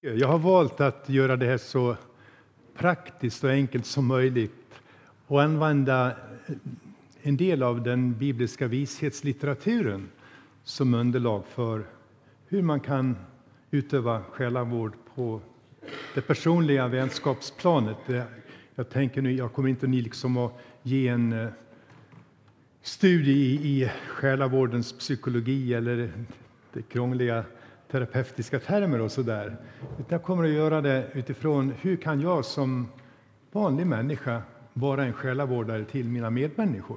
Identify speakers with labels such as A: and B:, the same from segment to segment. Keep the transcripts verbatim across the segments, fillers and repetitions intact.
A: Jag har valt att göra det här så praktiskt och enkelt som möjligt och använda en del av den bibliska vishetslitteraturen som underlag för hur man kan utöva själavård på det personliga vänskapsplanet. Jag tänker nu, jag kommer inte ni liksom att ge en studie i, i själavårdens psykologi eller det krångliga terapeutiska termer och sådär. Jag kommer att göra det utifrån hur kan jag som vanlig människa vara en själavårdare till mina medmänniskor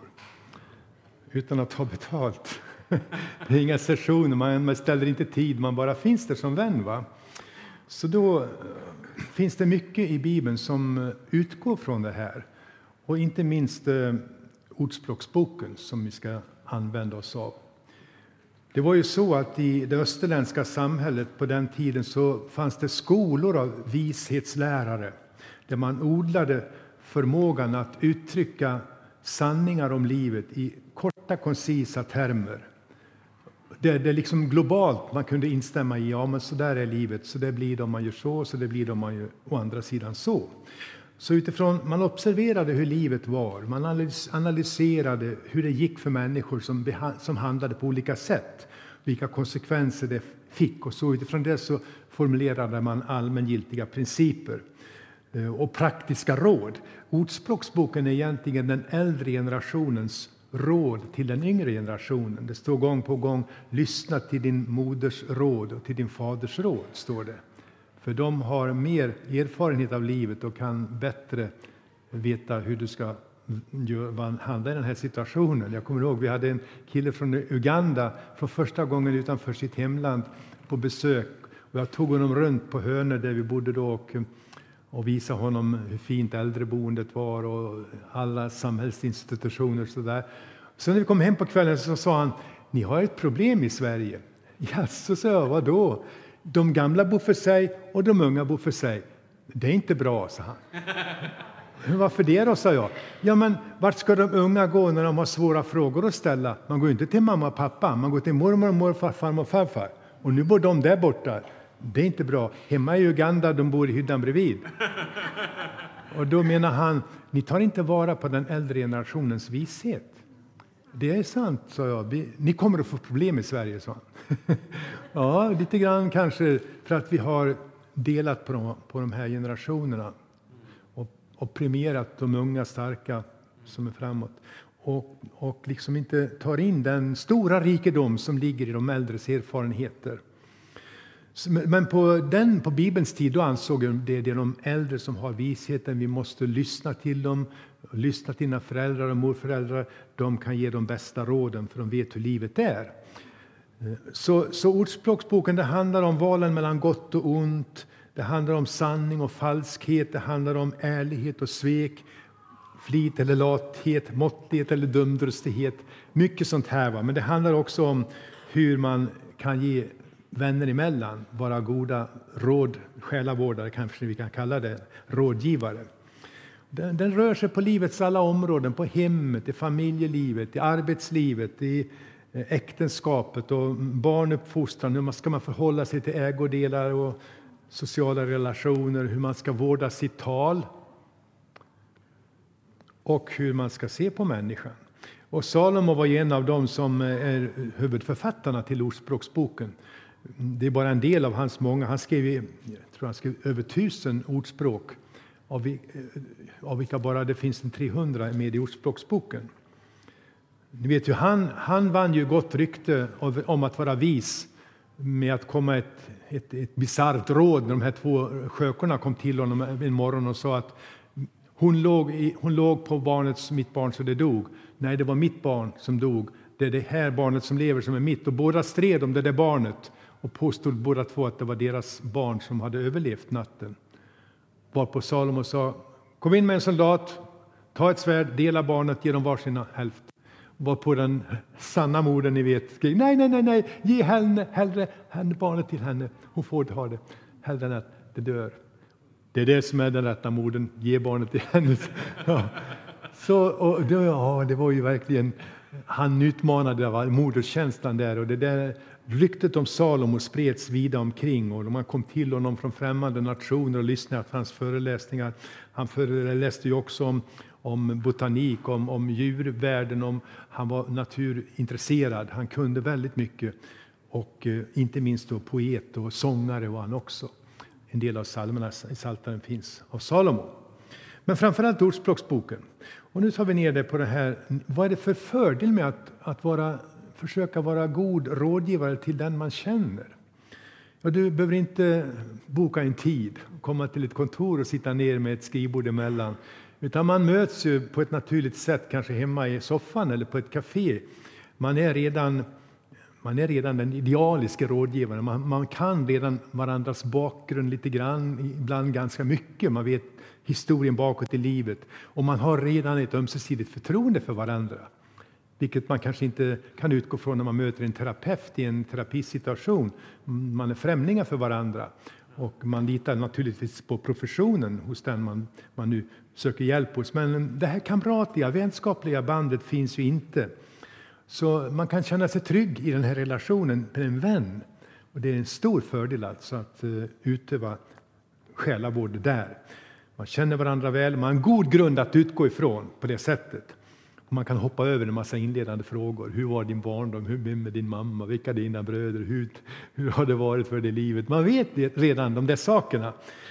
A: utan att ta betalt. Det är inga sessioner, man ställer inte tid, man bara finns där som vän. Va? Så då finns det mycket i Bibeln som utgår från det här. Och inte minst eh, Ordspråksboken som vi ska använda oss av. Det var ju så att i det österländska samhället på den tiden så fanns det skolor av vishetslärare där man odlade förmågan att uttrycka sanningar om livet i korta, koncisa termer. Det, det är liksom globalt man kunde instämma i, ja men så där är livet, så det blir det om man gör så, så det blir det om man gör å andra sidan så. Så utifrån, man observerade hur livet var, man analyserade hur det gick för människor som, som handlade på olika sätt, vilka konsekvenser det fick och så utifrån det så formulerade man allmängiltiga principer och praktiska råd. Ordspråksboken är egentligen den äldre generationens råd till den yngre generationen. Det står gång på gång, lyssna till din moders råd och till din faders råd, står det. För de har mer erfarenhet av livet och kan bättre veta hur du ska handla i den här situationen. Jag kommer ihåg, vi hade en kille från Uganda från första gången utanför sitt hemland på besök. Och jag tog honom runt på Hönö där vi bodde då och, och visade honom hur fint äldreboendet var och alla samhällsinstitutioner och sådär. Så när vi kom hem på kvällen så sa han, ni har ett problem i Sverige. Ja, så sa jag, vadå? De gamla bor för sig och de unga bor för sig. Det är inte bra, sa han. Varför det då, sa jag. Ja, men vart ska de unga gå när de har svåra frågor att ställa? Man går inte till mamma och pappa, man går till mormor och morfar, farmor och farfar. Och nu bor de där borta. Det är inte bra. Hemma i Uganda, de bor i hyddan bredvid. Och då menar han, ni tar inte vara på den äldre generationens vishet. Det är sant, sa jag. Ni kommer att få problem i Sverige, sa han. Ja, lite grann kanske för att vi har delat på de, på de här generationerna. Och, och premierat de unga starka som är framåt. Och, och liksom inte tar in den stora rikedom som ligger i de äldres erfarenheter. Men på, den, på Bibelns tid då ansåg jag det, det är de äldre som har visheten. Vi måste lyssna till dem. Lyssna till dina föräldrar och morföräldrar. De kan ge de bästa råden för de vet hur livet är. Så, så Ordspråksboken det handlar om valen mellan gott och ont. Det handlar om sanning och falskhet. Det handlar om ärlighet och svek. Flit eller lathet. Måttlighet eller dumdristighet. Mycket sånt här. Va? Men det handlar också om hur man kan ge vänner emellan. Vara goda råd, själavårdare kanske vi kan kalla det. Rådgivare. Den, den rör sig på livets alla områden. På hemmet, i familjelivet, i arbetslivet, i äktenskapet och barnuppfostran. Hur man ska man förhålla sig till ägodelar och sociala relationer. Hur man ska vårda sitt tal. Och hur man ska se på människan. Och Salomo var en av dem som är huvudförfattarna till Ordspråksboken. Det är bara en del av hans många. Han skrev, jag tror han skrev över tusen ordspråk. Av vilka bara det finns en trehundra med i Ordspråksboken. Ni vet ju, han, han vann ju gott rykte om att vara vis med att komma ett, ett, ett bizarrt råd när de här två skökorna kom till honom en morgon och sa att hon låg, i, hon låg på barnets, mitt barn så det dog. Nej, det var mitt barn som dog. Det är det här barnet som lever som är mitt. Och båda stred om det där barnet och påstod båda två att det var deras barn som hade överlevt natten. Varpå Salomo sa, kom in med en soldat, ta ett svärd, dela barnet, ge dem varsina hälft. Varpå den sanna modern, ni vet, skrev, nej, nej, nej, nej, ge henne, hellre henne, barnet till henne. Hon får ha det, hellre än att det dör. Det är det som är den rätta modern, ge barnet till henne. Ja. Så, och det, ja, det var ju verkligen han utmanade av moderskänslan där, och det där ryktet om Salomo spreds vida omkring, och man kom till honom från främmande nationer och lyssnade på hans föreläsningar. Han föreläste ju också om, om botanik, om, om djurvärlden, om, han var naturintresserad, han kunde väldigt mycket, och eh, inte minst då poet och sångare var han också. En del av psalmerna i Psaltaren finns av Salomo. Men framförallt Ordspråksboken. Och nu tar vi ner det på det här. Vad är det för fördel med att, att vara, försöka vara god rådgivare till den man känner? Ja, du behöver inte boka en tid, komma till ett kontor och sitta ner med ett skrivbord emellan. Utan man möts ju på ett naturligt sätt, kanske hemma i soffan eller på ett café. Man är redan, man är redan den idealiska rådgivaren. Man, man kan redan varandras bakgrund lite grann, ibland ganska mycket. Man vet historien bakåt i livet. Och man har redan ett ömsesidigt förtroende för varandra. Vilket man kanske inte kan utgå från när man möter en terapeut i en terapisituation. Man är främlingar för varandra. Och man litar naturligtvis på professionen hos den man, man nu söker hjälp hos. Men det här kamratliga, vänskapliga bandet finns ju inte. Så man kan känna sig trygg i den här relationen med en vän. Och det är en stor fördel alltså att uh, utöva själavård där. Man känner varandra väl, man har en god grund att utgå ifrån på det sättet. Och man kan hoppa över en massa inledande frågor. Hur var din barndom? Hur blev med din mamma? Vilka är dina bröder? Hur, hur har det varit för dig i livet? Man vet redan de där sakerna.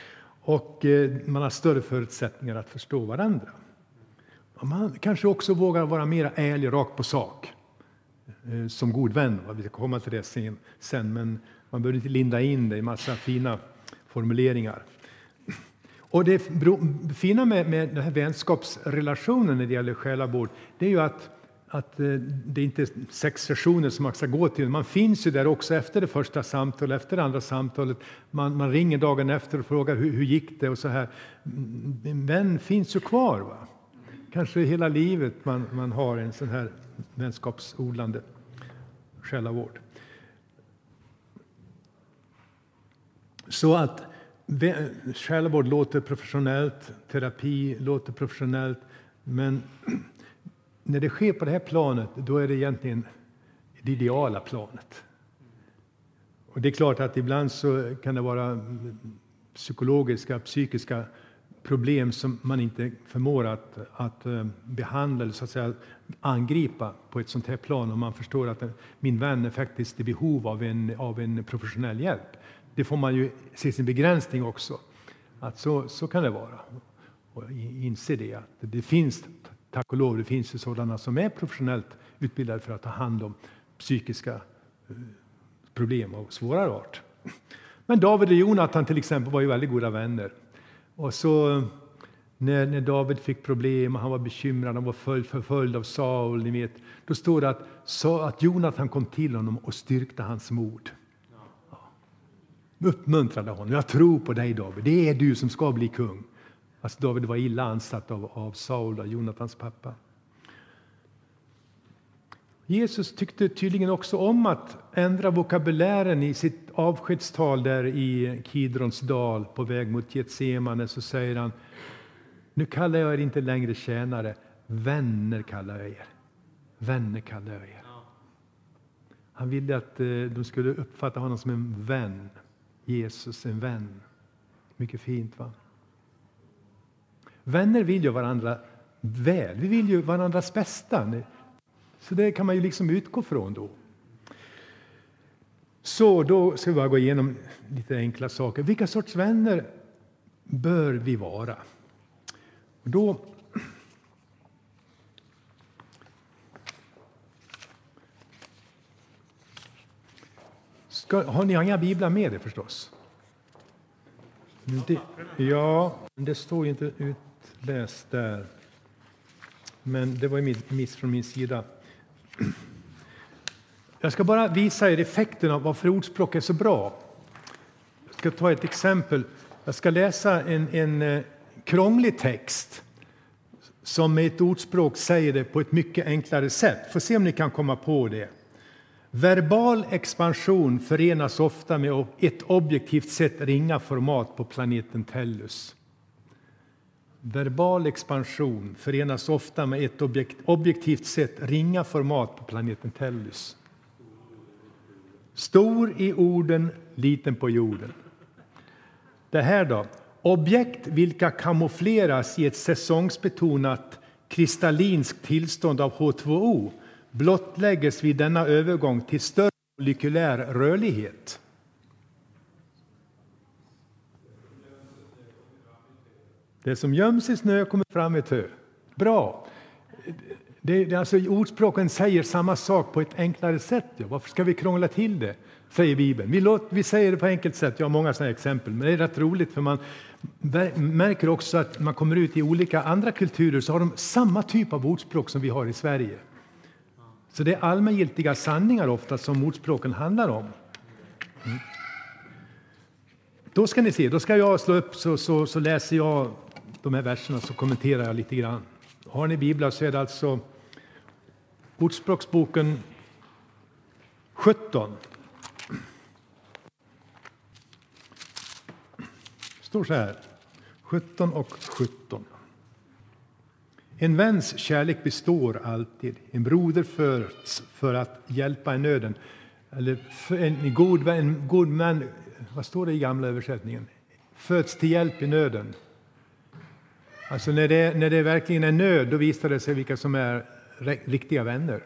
A: Och eh, man har större förutsättningar att förstå varandra. Och man kanske också vågar vara mer ärlig, rakt på sak. Eh, som god vän. Vi ska komma till det sen, sen. Men man behöver inte linda in det i massa fina formuleringar. Och det fina med, med den här vänskapsrelationen när det gäller själavård, det är ju att, att det är inte sex sessioner som man ska gå till. Man finns ju där också efter det första samtalet, efter det andra samtalet. Man, man ringer dagen efter och frågar hur, hur gick det och så här. En vän finns ju kvar, va? Kanske hela livet man, man har en sån här vänskapsodlande själavård. Så att själavård låter professionellt, terapi låter professionellt, men när det sker på det här planet, då är det egentligen det ideala planet. Och det är klart att ibland så kan det vara psykologiska, psykiska problem som man inte förmår att, att behandla eller så att säga angripa på ett sånt här plan, och man förstår att min vän är faktiskt i behov av en, av en professionell hjälp. Det får man ju se sin begränsning också. Att så, så kan det vara. Och inse det. Att det finns, tack och lov, det finns ju sådana som är professionellt utbildade för att ta hand om psykiska problem av svårare art. Men David och Jonatan till exempel var ju väldigt goda vänner. Och så när, när David fick problem och han var bekymrad, han var förföljd, förföljd av Saul, ni vet. Då står det att, så att Jonatan kom till honom och styrkte hans mod. Uppmuntrade honom. Jag tror på dig, David. Det är du som ska bli kung. Alltså David var illa ansatt av, av Saul, av Jonatans pappa. Jesus tyckte tydligen också om att ändra vokabulären i sitt avskedstal där i Kidrons dal på väg mot Getsemane. Så säger han: nu kallar jag er inte längre tjänare, vänner kallar jag er. Vänner kallar jag er. Han ville att de skulle uppfatta honom som en vän. Jesus, en vän. Mycket fint, va? Vänner vill ju varandra väl. Vi vill ju varandras bästa. Så det kan man ju liksom utgå från då. Så då ska vi bara gå igenom lite enkla saker. Vilka sorts vänner bör vi vara? Då Ska, har ni inga biblar med er förstås? Det, ja, det står ju inte utläst där. Men det var ju miss från min sida. Jag ska bara visa er effekten av varför ordspråk är så bra. Jag ska ta ett exempel. Jag ska läsa en, en krånglig text som med ett ordspråk säger det på ett mycket enklare sätt. Får se om ni kan komma på det. Verbal expansion förenas ofta med ett objektivt sett ringa format på planeten Tellus. Verbal expansion förenas ofta med ett objekt, objektivt sett ringa format på planeten Tellus. Stor i orden, liten på jorden. Det här då? Objekt vilka kamoufleras i ett säsongsbetonat kristallinskt tillstånd av H två O blottlägges vid denna övergång till större molekylär rörlighet. Det som göms i snö kommer fram i tö. Bra. Det, det, alltså, ordspråken säger samma sak på ett enklare sätt. Ja. Varför ska vi krångla till det, säger Bibeln. Vi, låt, vi säger det på enkelt sätt. Jag har många sådana exempel. Men det är rätt roligt för man märker också att man kommer ut i olika andra kulturer så har de samma typ av ordspråk som vi har i Sverige. Så det är allmängiltiga sanningar ofta som ordspråken handlar om. Mm. Då ska ni se, då ska jag slå upp så, så, så läser jag de här verserna så kommenterar jag lite grann. Har ni biblar så är det alltså Ordspråksboken sjutton. Står så här, sjutton och sjutton. En väns kärlek består alltid. En broder föds för att hjälpa i nöden. Eller en god vän, en god man, vad står det i gamla översättningen? Föds till hjälp i nöden. Alltså när det, när det verkligen är nöd, då visar det sig vilka som är riktiga vänner.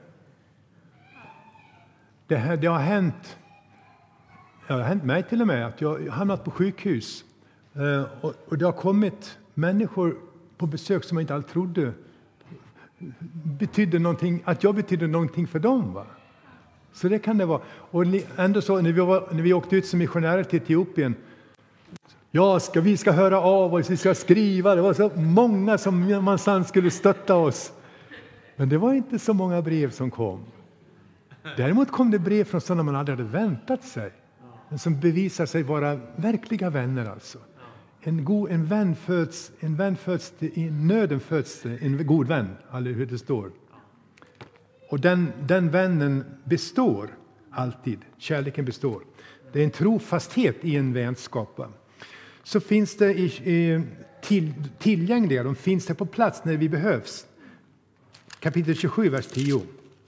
A: Det, här, det har hänt, det har hänt mig till och med, att jag har hamnat på sjukhus. Och, och det har kommit människor på besök som jag inte alls trodde betydde någonting, att jag betydde någonting för dem. Va? Så det kan det vara. Och ändå så, när vi, var, när vi åkte ut som missionärer till Etiopien, ja, ska, vi ska höra av oss, vi ska skriva. Det var så många som man sann skulle stötta oss. Men det var inte så många brev som kom. Däremot kom det brev från sådana man aldrig hade väntat sig. Men som bevisar sig vara verkliga vänner alltså. En, god, en vän föds, en vän föds i nöden föds en god vän, eller hur det står. Och den, den vännen består alltid. Kärleken består. Det är en trofasthet i en vänskap. Så finns det i, i, till, tillgängliga, de finns det på plats när vi behövs. Kapitel tjugosju, vers tio.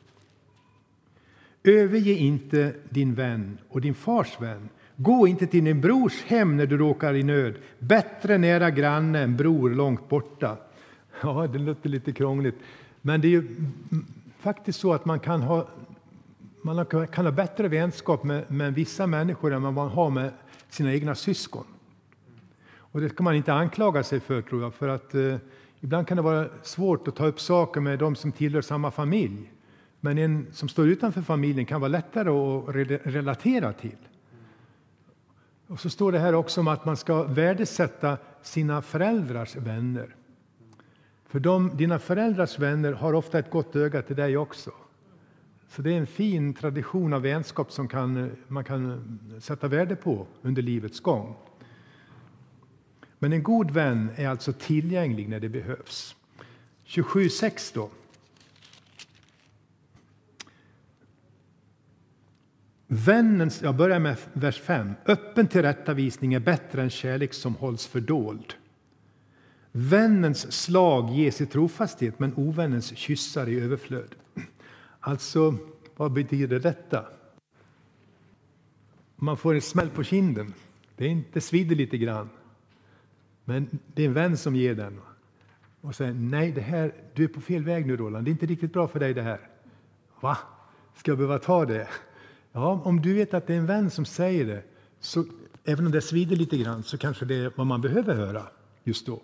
A: Överge inte din vän och din fars vän. Gå inte till din brors hem när du råkar i nöd. Bättre nära granne än bror långt borta. Ja, det låter lite krångligt. Men det är ju faktiskt så att man kan ha, man kan ha bättre vänskap med, med vissa människor än man har med sina egna syskon. Och det ska man inte anklaga sig för, tror jag. För att eh, ibland kan det vara svårt att ta upp saker med de som tillhör samma familj. Men en som står utanför familjen kan vara lättare att re- relatera till. Och så står det här också om att man ska värdesätta sina föräldrars vänner. För de, dina föräldrars vänner har ofta ett gott öga till dig också. Så det är en fin tradition av vänskap som kan, man kan sätta värde på under livets gång. Men en god vän är alltså tillgänglig när det behövs. tjugosju sex då. Vännens, jag börjar med vers fem. Öppen tillrättavisning är bättre än kärlek som hålls fördold. Vännens slag ges i trofasthet, men ovännens kyssar i överflöd. Alltså, vad betyder detta? Man får en smäll på kinden. Det är inte svider lite grann. Men det är en vän som ger den. Och säger, nej, det här, du är på fel väg nu, Roland. Det är inte riktigt bra för dig det här. Va? Ska jag behöva ta det? Ja, om du vet att det är en vän som säger det, så även om det svider lite grann, så kanske det är vad man behöver höra just då.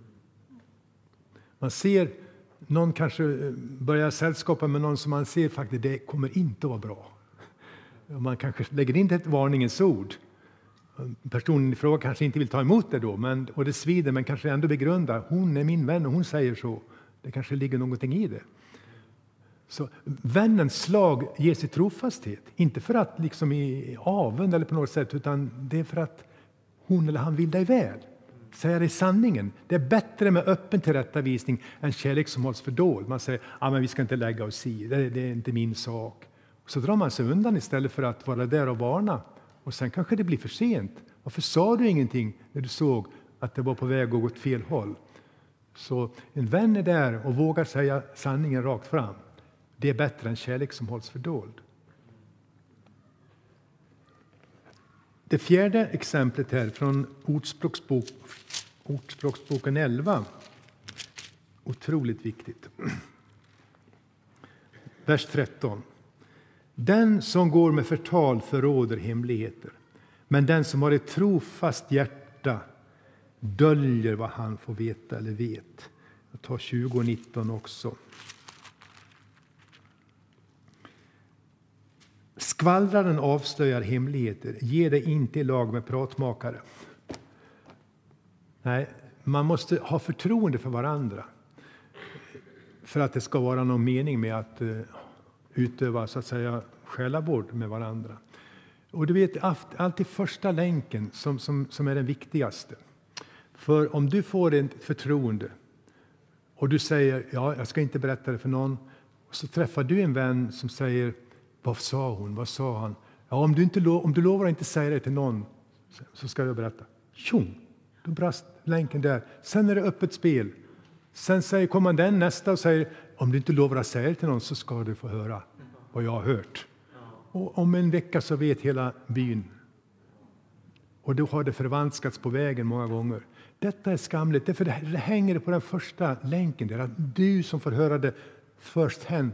A: Man ser någon kanske börjar sällskapa med någon som man ser faktiskt det kommer inte att vara bra. Man kanske lägger in ett varningens ord. Personen i fråga kanske inte vill ta emot det då, men, och det svider, men kanske ändå begrundar. Hon är min vän och hon säger så. Det kanske ligger någonting i det. Så vännens slag ges i trofasthet. Inte för att liksom i avund eller på något sätt, utan det är för att hon eller han vill dig väl. Säger det i sanningen. Det är bättre med öppen tillrättavisning än kärlek som hålls fördold. Man säger, ah, men vi ska inte lägga oss i, det, det är inte min sak. Så drar man sig undan istället för att vara där och varna. Och sen kanske det blir för sent. Varför sa du ingenting när du såg att det var på väg att gå åt fel håll? Så en vän är där och vågar säga sanningen rakt fram. Det är bättre än kärlek som hålls fördold. Det fjärde exemplet här från Ordspråksbok, Ordspråksboken elva. Otroligt viktigt. Vers tretton. Den som går med förtal förråder hemligheter, men den som har ett trofast hjärta döljer vad han får veta eller vet. Jag tar tjugo nitton också. Skvallraren avslöjar hemligheter, ger det inte i lag med pratmakare. Nej, man måste ha förtroende för varandra för att det ska vara någon mening med att uh, utöva så att säga själavård med varandra. Och du vet, alltid första länken som, som, som är den viktigaste. För om du får ett förtroende och du säger, ja, jag ska inte berätta det för någon, och så träffar du en vän som säger, vad sa hon, vad sa han? Ja, om du, inte lo- om du lovar att inte säga det till någon, så ska jag berätta. Tjong, då brast länken där. Sen är det öppet spel. Sen säger, kommer den nästa och säger, om du inte lovar att säga det till någon, så ska du få höra vad jag har hört. Och om en vecka så vet hela byn. Och då har det förvanskats på vägen många gånger. Detta är skamligt, därför det hänger på den första länken där, att du som får höra det first hand.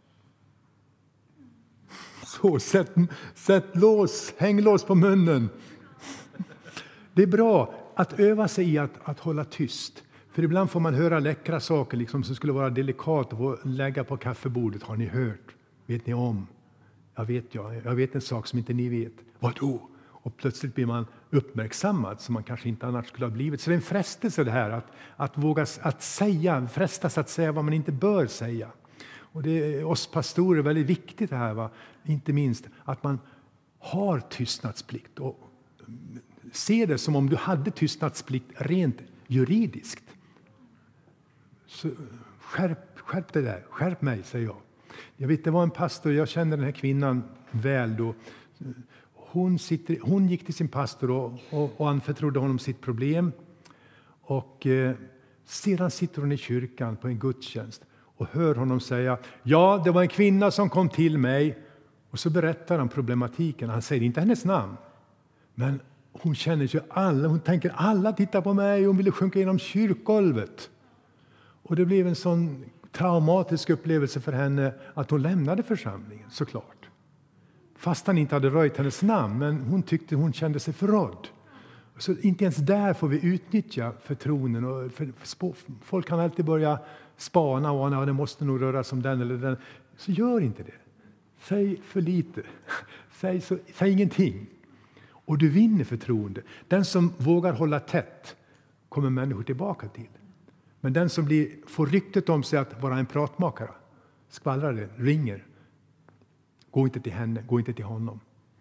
A: Så, sätt, sätt lås, häng lås på munnen. Det är bra att öva sig i att, att hålla tyst. För ibland får man höra läckra saker liksom, som skulle vara delikat att få lägga på kaffebordet. Har ni hört? Vet ni om? Jag vet, ja. Jag vet en sak som inte ni vet. Vad då? Och plötsligt blir man uppmärksammad som man kanske inte annars skulle ha blivit. Så det är en frestelse det här att, att våga att säga, frestas att säga vad man inte bör säga. Och det är oss pastorer väldigt viktigt det här, va? Inte minst att man har tystnadsplikt och ser det som om du hade tystnadsplikt rent juridiskt. Så skärp, skärp det där, skärp mig, säger jag. Jag vet, det var en pastor, jag känner den här kvinnan väl då. Hon, sitter, hon gick till sin pastor och, och, och anförtrodde honom sitt problem. Och eh, sedan sitter hon i kyrkan på en gudstjänst och hör honom säga, ja, det var en kvinna som kom till mig. Och så berättar han problematiken. Han säger inte hennes namn. Men hon känner sig alla, hon tänker alla tittar på mig och hon ville sjunka genom kyrkgolvet. Och det blev en sån traumatisk upplevelse för henne att hon lämnade församlingen, såklart. Fast han inte hade röjt hennes namn, men hon tyckte hon kände sig förrådd. Så inte ens där får vi utnyttja förtroenden. Och för, för, folk kan alltid börja spana och ja, det måste nog röra som den eller den. Så gör inte det. Säg för lite. Säg, så, säg ingenting. Och du vinner förtroende. Den som vågar hålla tätt kommer människor tillbaka till. Men den som blir, får ryktet om sig att vara en pratmakare, skvallrare, ringer. Gå inte till henne, gå inte till honom.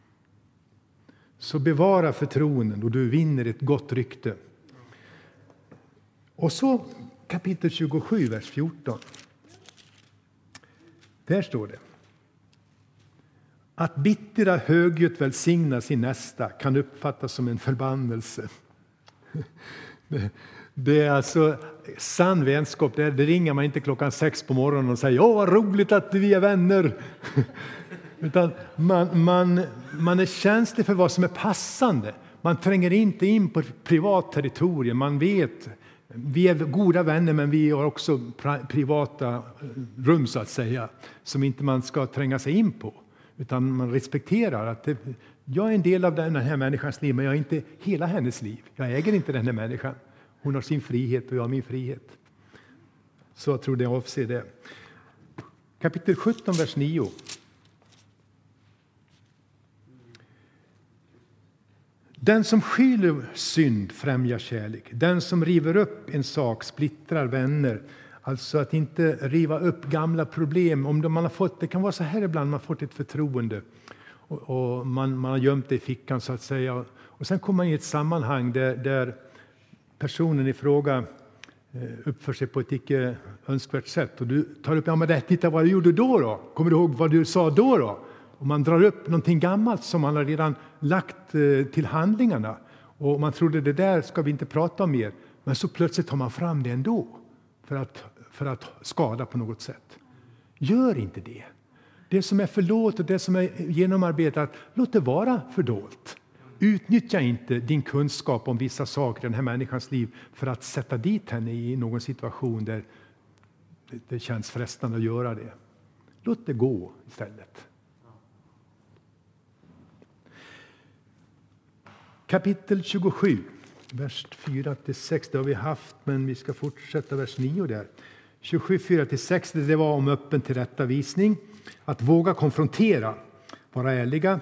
A: Så bevara förtroenden och du vinner ett gott rykte. Och så kapitel tjugosju, vers fjorton. Där står det. Att bittra högljutt välsigna sin nästa kan uppfattas som en förbannelse. Det, det är alltså sann vänskap. Det, det ringer man inte klockan sex på morgonen och säger åh vad roligt att vi är vänner. Utan man, man, man är känslig för vad som är passande. Man tränger inte in på privat territorium. Man vet, vi är goda vänner men vi har också privata rum så att säga. Som inte man ska tränga sig in på. Utan man respekterar att det, jag är en del av den här människans liv men jag är inte hela hennes liv. Jag äger inte den här människan. Hon har sin frihet och jag har min frihet. Så jag tror det avser det. Kapitel sjutton, vers nio. Den som skyller synd främjar kärlek. Den som river upp en sak splittrar vänner. Alltså att inte riva upp gamla problem. Om man har fått, det kan vara så här ibland, man har fått ett förtroende. Och, och man, man har gömt det i fickan så att säga. Och sen kommer man i ett sammanhang där, där personen i fråga uppför sig på ett icke önskvärt sätt. Och du tar upp, ja men det, titta vad du gjorde då då. Kommer du ihåg vad du sa då då? Och man drar upp någonting gammalt som man har redan lagt till handlingarna. Och man trodde det där ska vi inte prata om mer. Men så plötsligt tar man fram det ändå. för att, för att skada på något sätt. Gör inte det. Det som är förlåtet, det som är genomarbetat, låt det vara fördolt. Utnyttja inte din kunskap om vissa saker i den här människans liv för att sätta dit henne i någon situation där det känns frestande att göra det. Låt det gå istället. Kapitel tjugosju, vers fyra till sex, det har vi haft, men vi ska fortsätta vers nio där. tjugosju, fyra till sex, det var om öppen tillrättavisning. Att våga konfrontera, vara ärliga.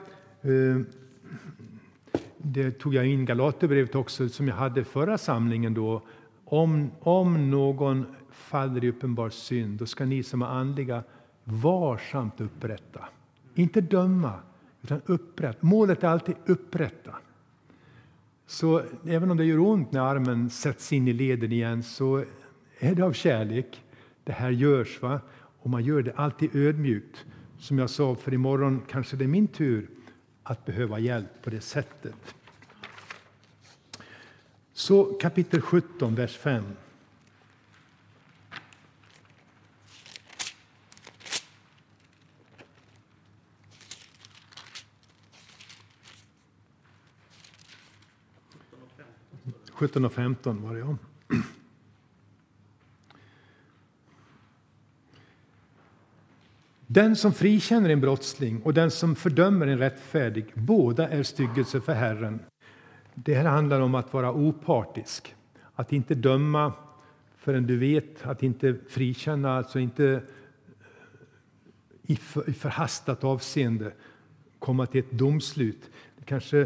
A: Det tog jag in Galaterbrevet också, som jag hade förra samlingen då. Om, om någon faller i uppenbar synd, då ska ni som är andliga varsamt upprätta. Inte döma, utan upprätta. Målet är alltid upprätta. Så även om det gör ont när armen sätts in i leden igen, så är det av kärlek. Det här görs, va? Och man gör det alltid ödmjukt. Som jag sa, för imorgon kanske det är min tur att behöva hjälp på det sättet. Så kapitel sjutton, vers fem. sjutton och femton var det, ja. Den som frikänner en brottsling och den som fördömer en rättfärdig, båda är styggelse för Herren. Det här handlar om att vara opartisk. Att inte döma förrän du vet, att inte frikänna, alltså inte i förhastat avseende komma till ett domslut. Det kanske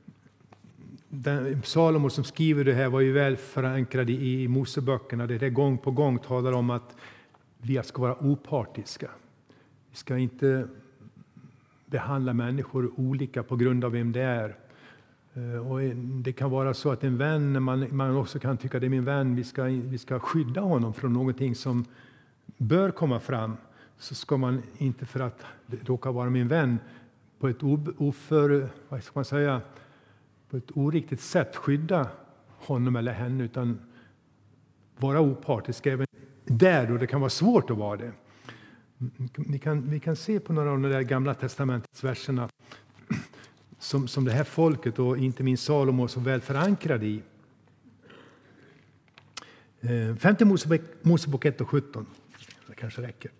A: den, Salomo som skriver det här var ju väl förankrad i, i Moseböckerna, där det gång på gång talar om att vi ska vara opartiska. Vi ska inte behandla människor olika på grund av vem det är. Och det kan vara så att en vän, man, man också kan tycka att det är min vän, vi ska, vi ska skydda honom från någonting som bör komma fram. Så ska man inte, för att det råkar vara min vän, på ett oför, vad ska man säga, på ett oriktigt sätt skydda honom eller henne, utan vara opartisk även där då det kan vara svårt att vara det. Vi kan, vi kan se på några av de där gamla testamentets verserna som, som det här folket och inte minst Salomo så väl förankrade i. Femte Mosebok, Mosebok ett och sjutton. Det kanske räcker.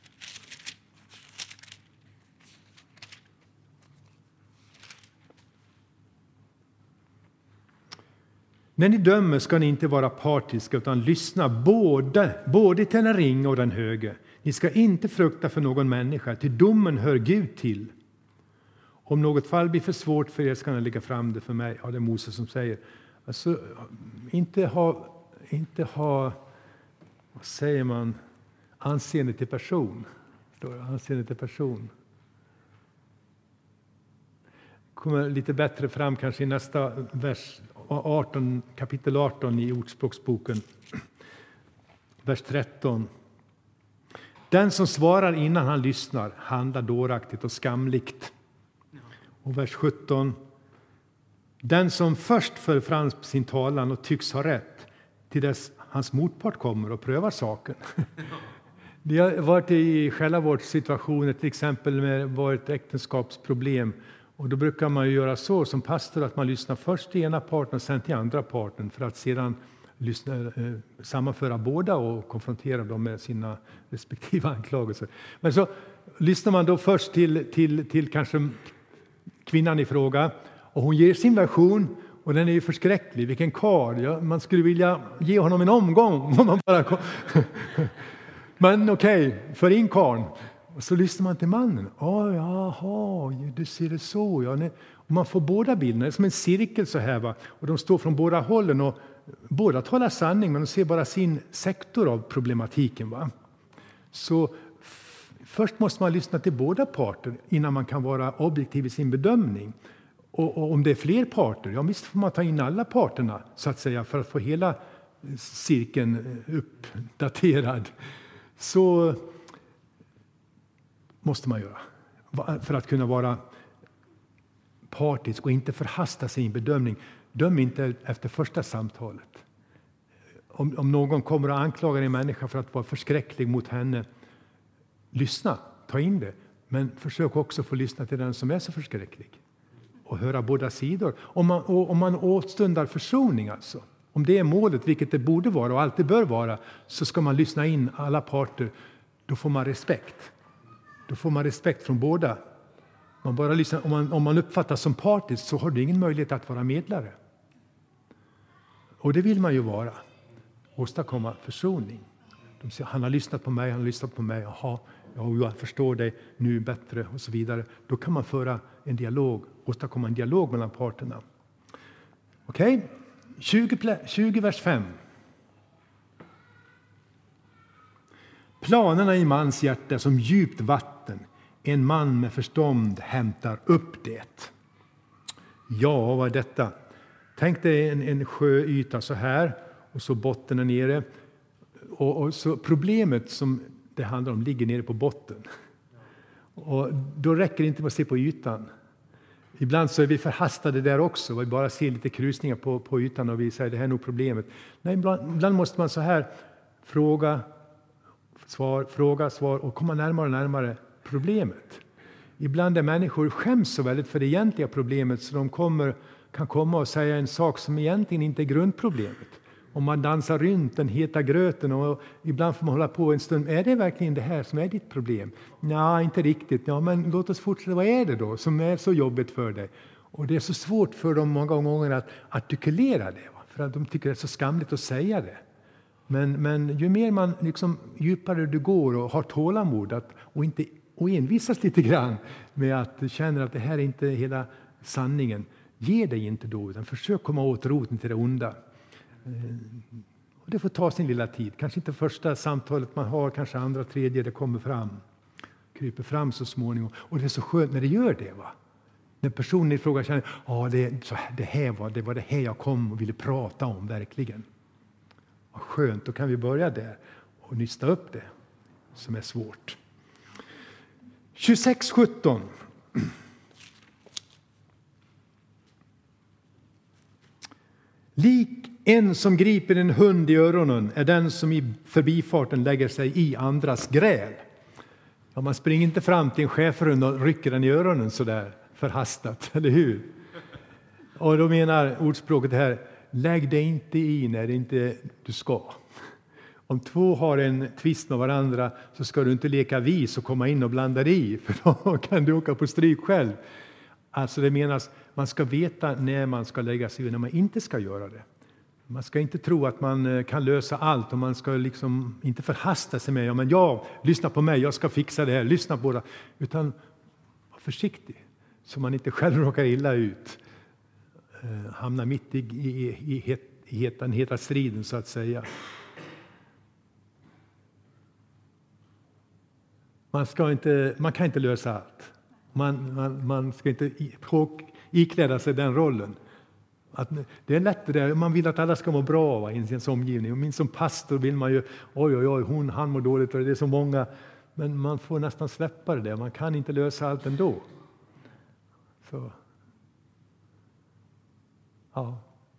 A: När ni dömer ska ni inte vara partiska utan lyssna både, både till den ringa och den höge. Ni ska inte frukta för någon människa, till domen hör Gud till. Om något fall blir för svårt för er ska ni lägga fram det för mig. Ja, det är Moses som säger. Alltså, inte ha, inte ha, vad säger man, anseende till person. Anseende till person. Kommer lite bättre fram kanske i nästa vers, arton, kapitel arton i Ordspråksboken. Vers tretton. Den som svarar innan han lyssnar handlar dåraktigt och skamligt. Och vers sjutton. Den som först för fram sin talan och tycks ha rätt till dess hans motpart kommer och prövar saken. Det har varit i själavårdssituationer, till exempel med varit äktenskapsproblem. Och då brukar man ju göra så som pastor att man lyssnar först till ena parten och sen till andra parten för att sedan lyssna, eh, sammanföra båda och konfrontera dem med sina respektive anklagelser. Men så lyssnar man då först till, till, till kanske kvinnan i fråga och hon ger sin version och den är ju förskräcklig. Vilken karl! Ja, man skulle vilja ge honom en omgång om man bara kom. Men okej, okay, för in karln. Och så lyssnar man till mannen. Oh, jaha, du ser det så. Ja. Och man får båda bilderna. Det är som en cirkel så här. Va? Och de står från båda hållen. Och båda talar sanning, men de ser bara sin sektor av problematiken. Va? Så f- först måste man lyssna till båda parter innan man kan vara objektiv i sin bedömning. Och, och om det är fler parter, ja visst får man ta in alla parterna så att säga för att få hela cirkeln uppdaterad. Så måste man göra för att kunna vara partisk och inte förhasta sig i en bedömning. Döm inte efter första samtalet. om, om någon kommer och anklagar en människa för att vara förskräcklig mot henne, lyssna, ta in det. Men försök också få lyssna till den som är så förskräcklig. Och höra båda sidor. Om man, om man åtstundar försoning alltså. Om det är målet, vilket det borde vara och alltid bör vara, så ska man lyssna in alla parter. Då får man respekt. Då får man respekt från båda. Man bara lyssnar, om, man, om man uppfattas som partisk så har du ingen möjlighet att vara medlare. Och det vill man ju vara. Åstadkomma försoning. De säger, han har lyssnat på mig, han har lyssnat på mig. Jaha, ja, jag förstår dig nu bättre och så vidare. Då kan man föra en dialog, åstadkomma en dialog mellan parterna. Okej, okay. tjugo, tjugo vers fem. Planerna i mans hjärta som djupt vatten. En man med förstånd hämtar upp det. Ja, vad är detta? Tänk dig en, en sjöyta så här och så botten är nere. Och, och så problemet som det handlar om ligger nere på botten. Och då räcker det inte med att se på ytan. Ibland så är vi förhastade där också. Vi bara ser lite krusningar på, på ytan och vi säger det här är nog problemet. Nej, ibland, ibland måste man så här fråga, svar, fråga, svar och komma närmare och närmare problemet. Ibland är människor skäms så väldigt för det egentliga problemet så de kommer, kan komma och säga en sak som egentligen inte är grundproblemet. Om man dansar runt den heta gröten och ibland får man hålla på en stund. Är det verkligen det här som är ditt problem? Nej, inte riktigt. Ja, men låt oss fortsätta. Vad är det då som är så jobbigt för dig? Och det är så svårt för dem många gånger att artikulera det. Va? För att de tycker det är så skamligt att säga det. Men, men ju mer man liksom djupare du går och har tålamod att, och, inte, och envisas lite grann med att känna att det här är inte hela sanningen. Ge dig inte då, utan försök komma åt roten till det onda. Och det får ta sin lilla tid. Kanske inte första samtalet man har, kanske andra, tredje, det kommer fram. Kryper fram så småningom. Och det är så skönt när det gör det. Va? När personen i fråga känner, ja det, så, det, här var, det var det här jag kom och ville prata om verkligen. Vad skönt, då kan vi börja där och nysta upp det som är svårt. tjugosex sjutton. Lik en som griper en hund i öronen är den som i förbifarten lägger sig i andras gräl. Ja, man springer inte fram till en schäferhund och rycker den i öronen så där förhastat, eller hur? Och då menar ordspråket här, lägg dig inte i när det inte du ska. Om två har en tvist med varandra så ska du inte leka vis och komma in och blanda dig i, för då kan du åka på stryk själv. Alltså det menas, man ska veta när man ska lägga sig i, när man inte ska göra det. Man ska inte tro att man kan lösa allt och man ska liksom inte förhasta sig med, ja men jag, lyssna på mig, jag ska fixa det här, lyssna på det. Utan var försiktig så man inte själv råkar illa ut. Eh, hamna mitt i, i, i, het, i het, den heta striden så att säga. Man, ska inte, man kan inte lösa allt. Man, man, man ska inte ikläda sig den rollen. Att det är lätt det där. Man vill att alla ska må bra va, i sin omgivning. Och min som pastor vill man ju, oj oj oj, hon, han mår dåligt och det är så många. Men man får nästan släppa det där. Man kan inte lösa allt ändå. Så. Ja.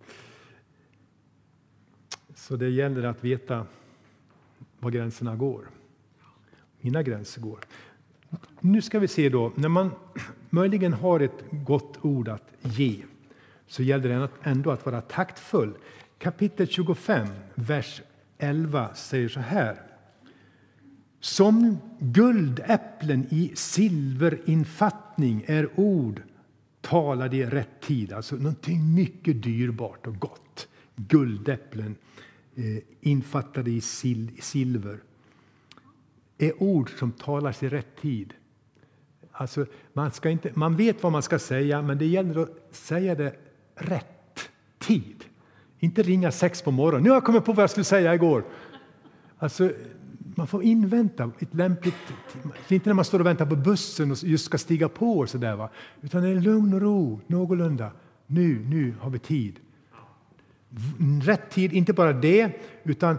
A: Så det gäller att veta var gränserna går. Mina gränser går. Nu ska vi se då, när man möjligen har ett gott ord att ge, så gäller det ändå att vara taktfull. Kapitel tjugofem, vers elva säger så här. Som guldäpplen i silverinfattning är ord talade i rätt tid. Alltså någonting mycket dyrbart och gott. Guldäpplen eh, infattade i, sil, i silver. Är ord som talas i rätt tid. Alltså, man, ska inte, man vet vad man ska säga, men det gäller att säga det rätt tid. Inte ringa sex på morgonen. Nu har jag kommit på vad jag skulle säga igår. Alltså, man får invänta ett lämpligt... Inte när man står och väntar på bussen och just ska stiga på och så där, va? Utan det är lugn och ro, någorlunda. Nu, nu har vi tid. Rätt tid, inte bara det, utan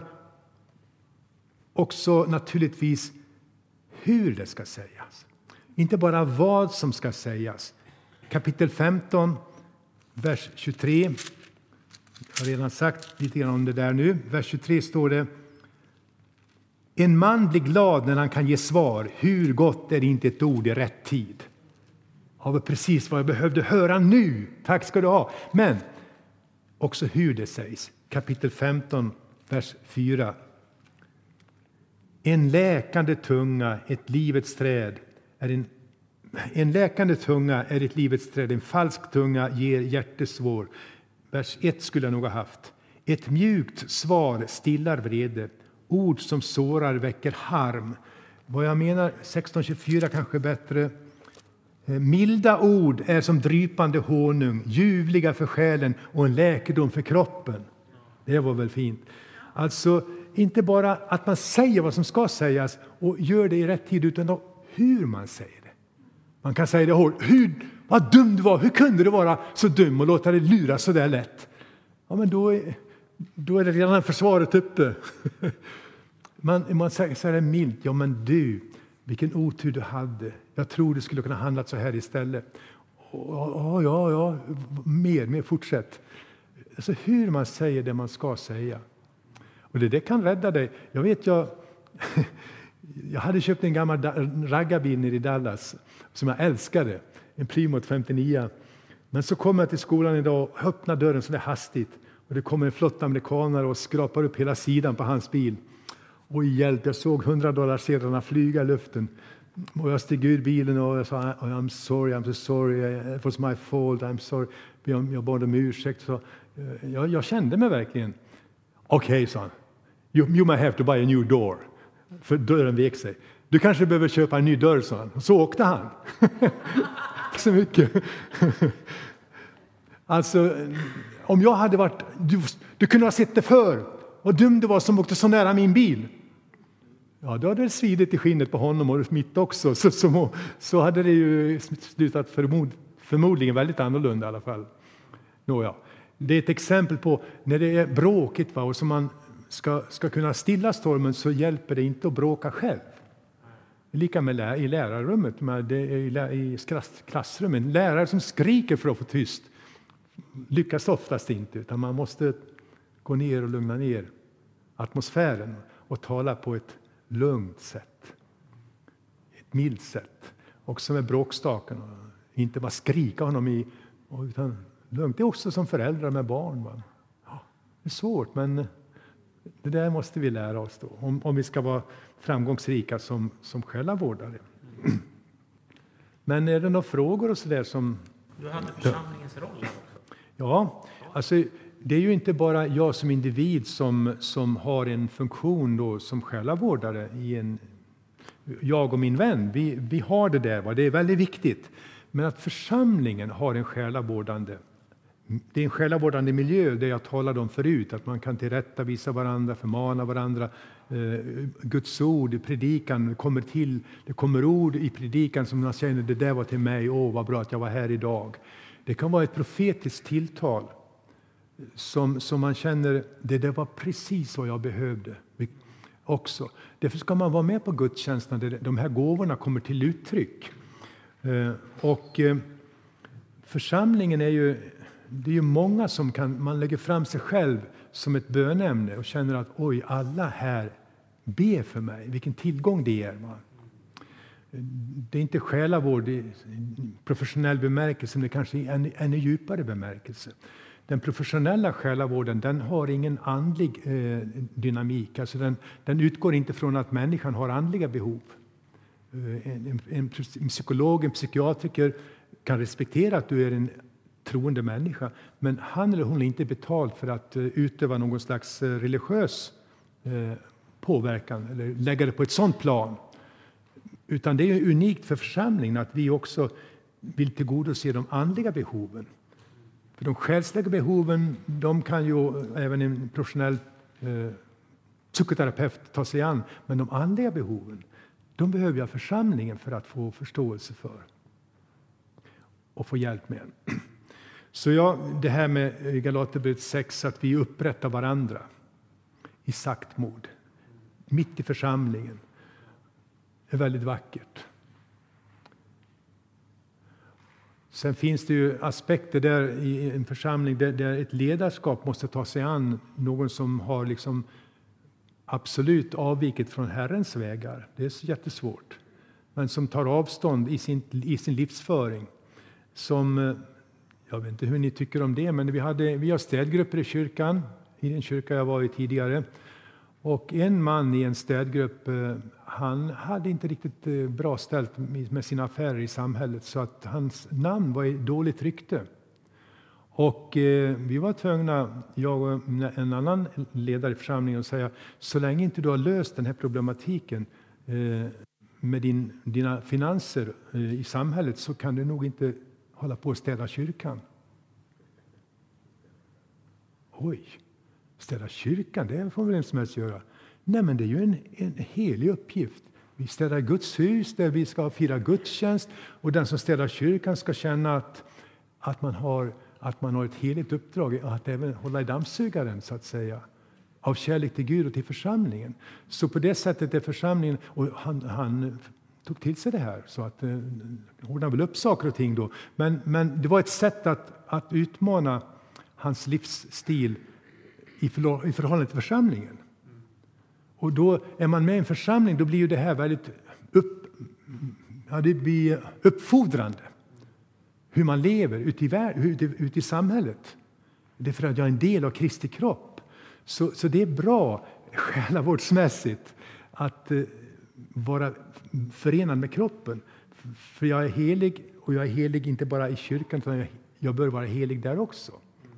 A: också naturligtvis hur det ska sägas. Inte bara vad som ska sägas. Kapitel femton, vers tjugotre. Jag har redan sagt lite grann om det där nu. Vers tjugotre står det: en man blir glad när han kan ge svar. Hur gott är inte ett ord i rätt tid? Det var precis vad jag behövde höra nu. Tack ska du ha. Men också hur det sägs. Kapitel femton, vers fyra. En läkande tunga, ett livets träd, är en, en läkande tunga är ett livets träd. En falsk tunga ger hjärtesvår. Vers ett skulle jag nog ha haft. Ett mjukt svar stillar vrede. Ord som sårar väcker harm. Vad jag menar, sexton tjugofyra kanske bättre. Milda ord är som drypande honung, ljuvliga för själen och en läkedom för kroppen. Det var väl fint. Alltså, inte bara att man säger vad som ska sägas och gör det i rätt tid, utan då hur man säger det. Man kan säga det hårt. Hur, vad dum du var, hur kunde du vara så dum och låta dig lura så där lätt? Ja, men då är, då är det redan försvaret uppe. Man, man säger så här milt, ja men du, vilken otur du hade. Jag tror det skulle kunna handla så här istället. Ja, ja, ja, mer, mer, fortsätt. Alltså hur man säger det man ska säga. Och det, det kan rädda dig. Jag vet, jag, jag hade köpt en gammal raggarbil nere i Dallas som jag älskade. En Plymouth femtionio. Men så kom jag till skolan idag och öppnade dörren så det hastigt. Och det kommer en flott amerikanare och skrapar upp hela sidan på hans bil. Och hjälp, jag såg hundra dollar sedlarna flyga i luften. Och jag steg ur bilen och jag sa, I'm sorry, I'm so sorry, it was my fault, I'm sorry. Jag, jag bad om ursäkt. Så, jag, jag kände mig verkligen. Okej, okay, sa han. You, you might have to buy a new door. För dörren vek sig. Du kanske behöver köpa en ny dörr, sa han. Och så åkte han. Så mycket. Alltså, om jag hade varit... Du, du kunde ha sett det för. Och dum det var som åkte så nära min bil. Ja, då hade det svidit i skinnet på honom och mitt också. Så, så, så hade det ju slutat förmod, förmodligen väldigt annorlunda i alla fall. Nåja. Det är ett exempel på när det är bråkigt, va, och som man ska, ska kunna stilla stormen, så hjälper det inte att bråka själv. Lika med lä- i lärarrummet, med det är i, i klassrummet. Lärare som skriker för att få tyst lyckas oftast inte, utan man måste gå ner och lugna ner atmosfären och tala på ett lugnt sätt. Ett milt sätt. Också med bråkstaken. Inte bara skrika honom i, utan lugnt. Det är också som föräldrar med barn. Va? Ja, det är svårt, men det där måste vi lära oss då. Om, om vi ska vara framgångsrika som, som själavårdare. Men är det några frågor och så där som...
B: Du hade församlingens roll också.
A: Ja, alltså det är ju inte bara jag som individ som, som har en funktion då som själavårdare i en... Jag och min vän, vi, vi har det där, va? Det är väldigt viktigt. Men att församlingen har en själavårdande, det är en själavårdande miljö, där jag talade om förut, att man kan tillrättavisa varandra, förmana varandra. Eh, Guds ord i predikan kommer till, det kommer ord i predikan som man känner, det där var till mig, åh vad bra att jag var här idag. Det kan vara ett profetiskt tilltal som, som man känner, det där var precis vad jag behövde också. Därför ska man vara med på gudstjänsten där de här gåvorna kommer till uttryck. Eh, och eh, församlingen är ju, det är ju många som kan, man lägger fram sig själv som ett bönämne och känner att oj, alla här ber för mig, vilken tillgång det är. Va? Det är inte själavård i professionell bemärkelse, men det kanske är en ännu djupare bemärkelse. Den professionella själavården, den har ingen andlig eh, dynamik. Alltså den, den utgår inte från att människan har andliga behov. Eh, en, en, en psykolog, en psykiatriker kan respektera att du är en troende människa, men han eller hon är inte betald för att uh, utöva någon slags uh, religiös uh, påverkan eller lägga det på ett sådant plan. Utan det är ju unikt för församlingen att vi också vill tillgodose de andliga behoven. För de själsliga behoven, de kan ju även en professionell uh, psykoterapeut ta sig an, men de andliga behoven, de behöver jag församlingen för att få förståelse för och få hjälp med. Så ja, det här med Galaterbrevet sex, att vi upprättar varandra i saktmod, mitt i församlingen, är väldigt vackert. Sen finns det ju aspekter där i en församling där, där ett ledarskap måste ta sig an någon som har liksom absolut avvikit från Herrens vägar. Det är så jättesvårt. Men som tar avstånd i sin, i sin livsföring. Som, jag vet inte hur ni tycker om det, men vi, hade, vi har städgrupper i kyrkan, i den kyrka jag var i tidigare. Och en man i en städgrupp, han hade inte riktigt bra ställt med sina affärer i samhället, så att hans namn var i dåligt rykte. Och eh, vi var tvungna, jag och en annan ledare i församlingen, att säga, så länge inte du har löst den här problematiken eh, med din, dina finanser eh, i samhället, så kan du nog inte hålla på att städa kyrkan. Oj, städa kyrkan, det får väl vem som helst göra. Nej, men det är ju en, en helig uppgift. Vi städar Guds hus där vi ska fira gudstjänst, och den som städar kyrkan ska känna att, att, man, har, att man har ett heligt uppdrag, att även hålla i dammsugaren, så att säga, av kärlek till Gud och till församlingen. Så på det sättet är församlingen, och han, han tog till sig det här, så att eh, ordnade väl upp saker och ting då. Men, men det var ett sätt att, att utmana hans livsstil i, förlo- i förhållande till församlingen. Och då är man med i en församling, då blir ju det här väldigt upp, ja, det blir uppfordrande. Hur man lever ute i, värld, ute, ute i samhället. Det är för att jag är en del av Kristi kropp. Så, så det är bra själavårdsmässigt att eh, vara förenad med kroppen. För jag är helig, och jag är helig inte bara i kyrkan, utan jag, jag bör vara helig där också.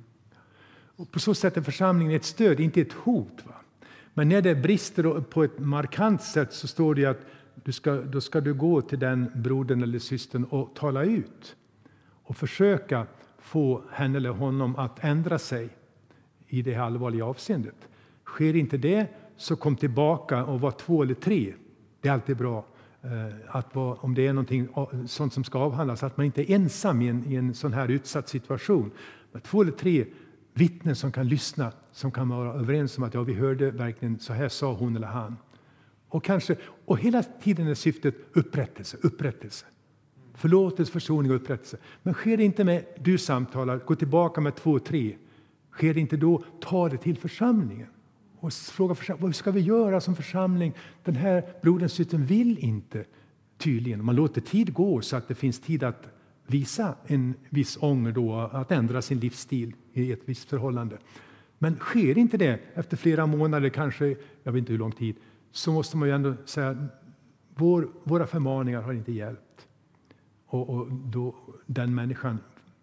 A: Och på så sätt är församlingen ett stöd, inte ett hot. Va? Men när det brister på ett markant sätt, så står det att du ska, då ska du gå till den brodern eller systern och tala ut. Och försöka få henne eller honom att ändra sig i det här allvarliga avseendet. Sker inte det, så kom tillbaka och var två eller tre. Det är alltid bra att vara, om det är någonting sånt som ska avhandlas, att man inte är ensam i en, i en sån här utsatt situation. Men två eller tre vittnen som kan lyssna, som kan vara överens om att ja, vi hörde verkligen, så här sa hon eller han. Och kanske, och hela tiden är syftet upprättelse, upprättelse. Förlåtelse, försoning och upprättelse. Men sker det inte med du samtalar, gå tillbaka med två, tre. Sker det inte då, ta det till församlingen. Och fråga församlingen, vad ska vi göra som församling? Den här brodern, systern vill inte tydligen. Man låter tid gå så att det finns tid att visa en viss ånger då, att ändra sin livsstil i ett visst förhållande. Men sker inte det efter flera månader, kanske, jag vet inte hur lång tid, så måste man ju ändå säga att vår, våra förmaningar har inte hjälpt. Och, och då, den människan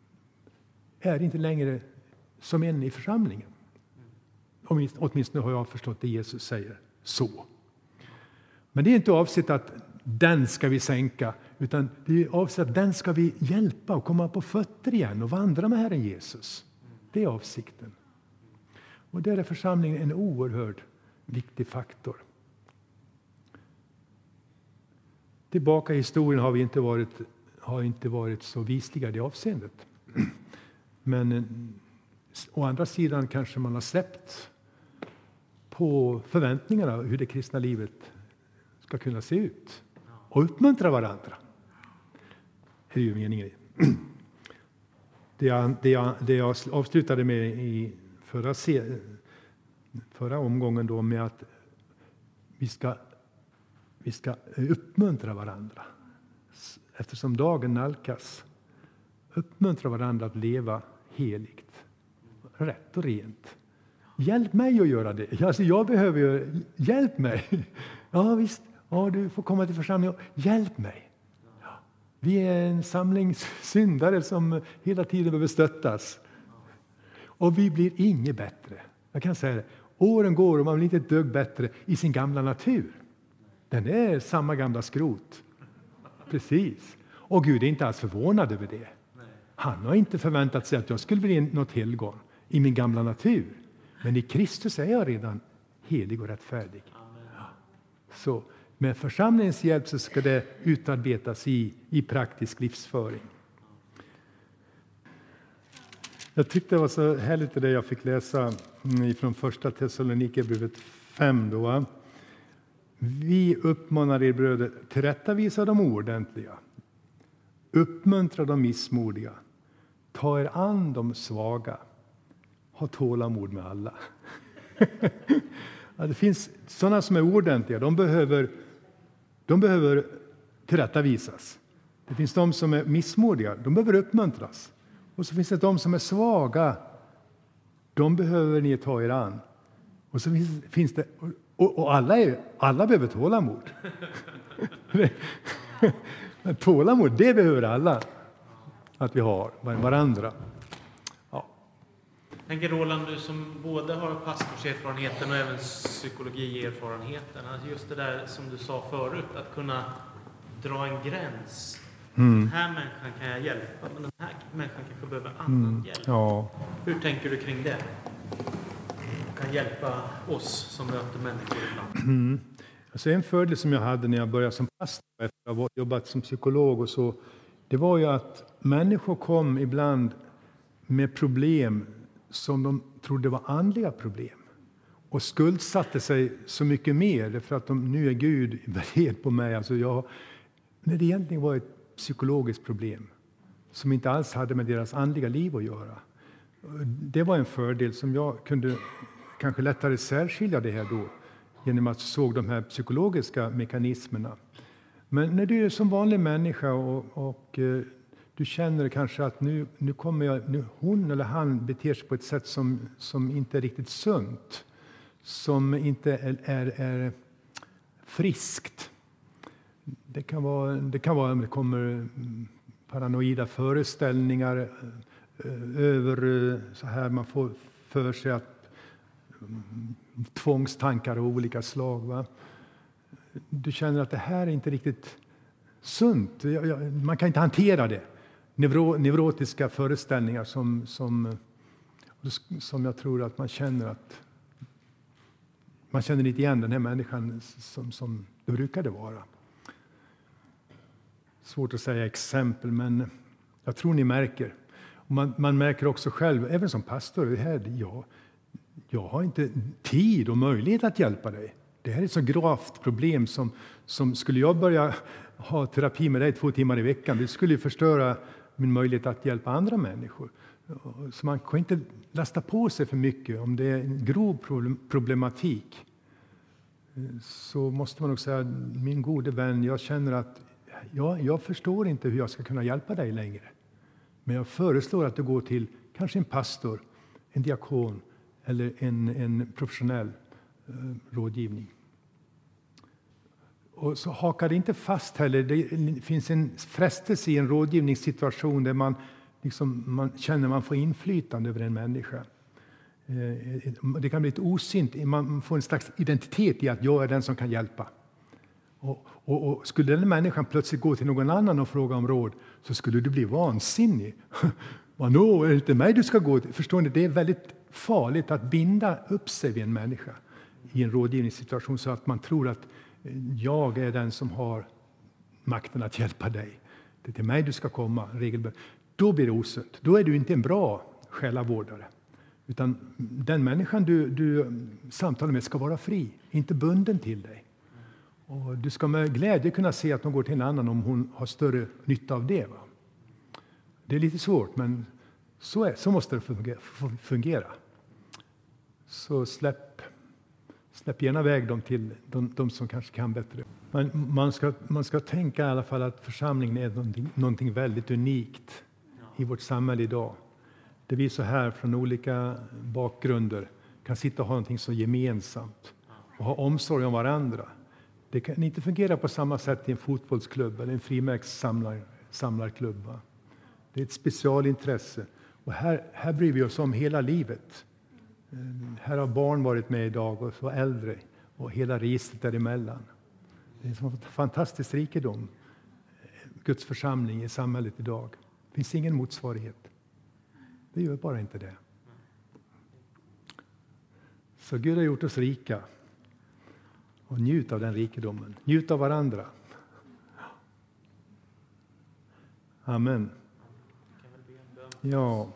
A: är inte längre som en i församlingen. Åtminstone har jag förstått det Jesus säger så. Men det är inte avsett att den ska vi sänka, utan det är avsett att den ska vi hjälpa och komma på fötter igen och vandra med Herren Jesus. Det är avsikten. Och där är församlingen en oerhört viktig faktor. Tillbaka i historien har vi inte varit, har inte varit så visliga i det avseendet. Men å andra sidan kanske man har släppt på förväntningarna hur det kristna livet ska kunna se ut. Och uppmuntra varandra. Det är ju meningen. Det jag, det jag, det jag avslutade med i förra, se, förra omgången då, med att vi ska, vi ska uppmuntra varandra. Eftersom dagen nalkas. Uppmuntra varandra att leva heligt. Rätt och rent. Hjälp mig att göra det. Alltså jag behöver ju, hjälp mig. Ja visst, ja, du får komma till församlingen. Hjälp mig. Ja. Vi är en samling syndare som hela tiden behöver stöttas. Och vi blir inget bättre. Jag kan säga det. Åren går och man blir inte ett dugg bättre i sin gamla natur. Den är samma gamla skrot. Precis. Och Gud är inte alls förvånad över det. Han har inte förväntat sig att jag skulle bli något helgon i min gamla natur. Men i Kristus är jag redan helig och rättfärdig. Ja. Så med församlingens hjälp så ska det utarbetas i, i praktisk livsföring. Jag tyckte det var så härligt det jag fick läsa från första Thessalonikerbrevet fem. Då. Vi uppmanar er bröder, tillrättavisa de oordentliga. uppmuntra de missmodiga, ta er an de svaga, ha tålamod med alla. Ja, det finns sådana som är ordentliga, de behöver, de behöver tillrättavisas. Det finns de som är missmodiga, de behöver uppmuntras. Och så finns det de som är svaga, de behöver ni ta er an. Och så finns, finns det, och, och alla, är, alla behöver tålamod. Tålamod, det behöver alla. Att vi har varandra. Ja.
B: Jag tänker Roland, du som både har pastorserfarenheten och även psykologierfarenheten. Alltså just det där som du sa förut, att kunna dra en gräns. Mm. Den här människan kan jag hjälpa, men den här människan kanske behöver annan mm. hjälp.
A: Ja.
B: Hur tänker du kring det? Kan hjälpa oss som möter människor ibland.
A: Mm. Alltså en fördel som jag hade när jag började som pastor efter att ha jobbat som psykolog och så, det var ju att människor kom ibland med problem som de trodde var andliga problem och skuldsatte sig så mycket mer för att de nu är Gud vred på mig. Alltså jag, när det egentligen var ett psykologiskt problem som inte alls hade med deras andliga liv att göra. Det var en fördel som jag kunde kanske lättare särskilja det här då genom att såg de här psykologiska mekanismerna. Men när du är som vanlig människa och, och eh, du känner kanske att nu, nu kommer jag, nu hon eller han beter sig på ett sätt som, som inte är riktigt sunt, som inte är, är, är friskt. Det kan vara, det kan vara om det kommer paranoida föreställningar över så här, man får för sig att tvångstankar av olika slag. Va? Du känner att det här är inte riktigt sunt. Man kan inte hantera det. Neuro, neurotiska föreställningar som, som, som jag tror att man känner att man känner lite igen den här människan som, som det brukade vara. Svårt att säga exempel, men jag tror ni märker. Man, man märker också själv, även som pastor, det här, ja, jag har inte tid och möjlighet att hjälpa dig. Det här är ett så gravt problem som, som skulle jag börja ha terapi med dig två timmar i veckan, det skulle förstöra min möjlighet att hjälpa andra människor. Så man kan inte lasta på sig för mycket. Om det är en grov problematik så måste man också säga, min gode vän, jag känner att ja, jag förstår inte hur jag ska kunna hjälpa dig längre. Men jag föreslår att du går till kanske en pastor, en diakon eller en, en professionell eh, rådgivning. Och så hakar det inte fast heller. Det finns en frestelse i en rådgivningssituation där man, liksom, man känner man får inflytande över en människa. Eh, det kan bli ett osint. Man får en slags identitet i att jag är den som kan hjälpa. Och, och, och skulle den människan plötsligt gå till någon annan och fråga om råd, så skulle du bli vansinnig. Vadå, är det inte mig du ska gå till? Förstår ni, det är väldigt farligt att binda upp sig vid en människa i en rådgivningssituation så att man tror att jag är den som har makten att hjälpa dig. Det är till mig du ska komma regelbundet. Då blir det osunt. Då är du inte en bra själavårdare. Utan den människan du, du samtalar med ska vara fri, inte bunden till dig. Och du ska med glädje kunna se att de går till en annan om hon har större nytta av det. Va? Det är lite svårt, men så, är, så måste det fungera. Så släpp, släpp gärna iväg dem till de, de som kanske kan bättre. Men man ska, man ska tänka i alla fall att församlingen är någonting, någonting väldigt unikt i vårt samhälle idag. Det vi så här från olika bakgrunder kan sitta och ha någonting så gemensamt och ha omsorg om varandra. Det kan inte fungera på samma sätt i en fotbollsklubb eller en frimärkssamlarklubb. Va? Det är ett specialintresse. Och här, här bryr vi oss om hela livet. Här har barn varit med idag och så äldre och hela registret däremellan. Det är en fantastisk rikedom. Guds församling i samhället idag. Det finns ingen motsvarighet. Det gör bara inte det. Så Gud har gjort oss rika. Och njut av den rikedomen. Njut av varandra. Amen. Ja.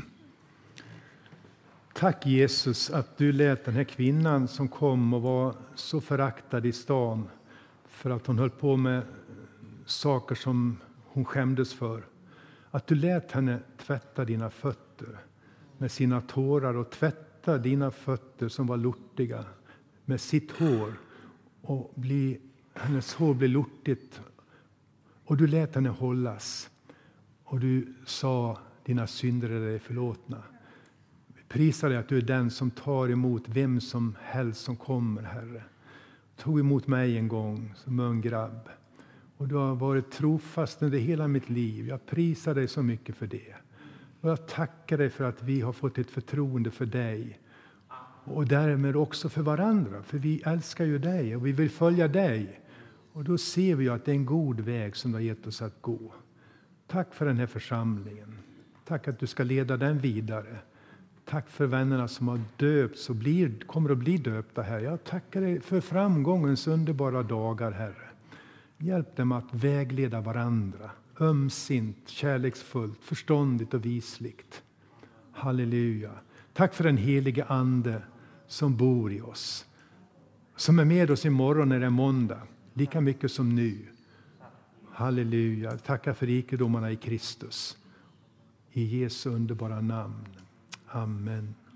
A: Tack Jesus att du lät den här kvinnan som kom och var så föraktad i stan för att hon höll på med saker som hon skämdes för. Att du lät henne tvätta dina fötter med sina tårar och tvätta dina fötter som var lortiga med sitt hår. Och bli, hennes hår blev lortigt och du lät henne hållas. Och du sa, dina synder är dig förlåtna. Prisa dig att du är den som tar emot vem som helst som kommer, Herre. Tog emot mig en gång som ung grabb. Och du har varit trofast under hela mitt liv. Jag prisar dig så mycket för det. Och jag tackar dig för att vi har fått ett förtroende för dig. Och därmed också för varandra. För vi älskar ju dig och vi vill följa dig. Och då ser vi att det är en god väg som du har gett oss att gå. Tack för den här församlingen. Tack att du ska leda den vidare. Tack för vännerna som har döpts och blir, kommer att bli döpta här. Jag tackar dig för framgångens underbara dagar, Herre. Hjälp dem att vägleda varandra. Ömsint, kärleksfullt, förståndigt och visligt. Halleluja. Tack för den helige ande som bor i oss. Som är med oss imorgon när det är måndag. Lika mycket som nu. Halleluja. Tackar för rikedomarna i Kristus. I Jesu underbara namn. Amen.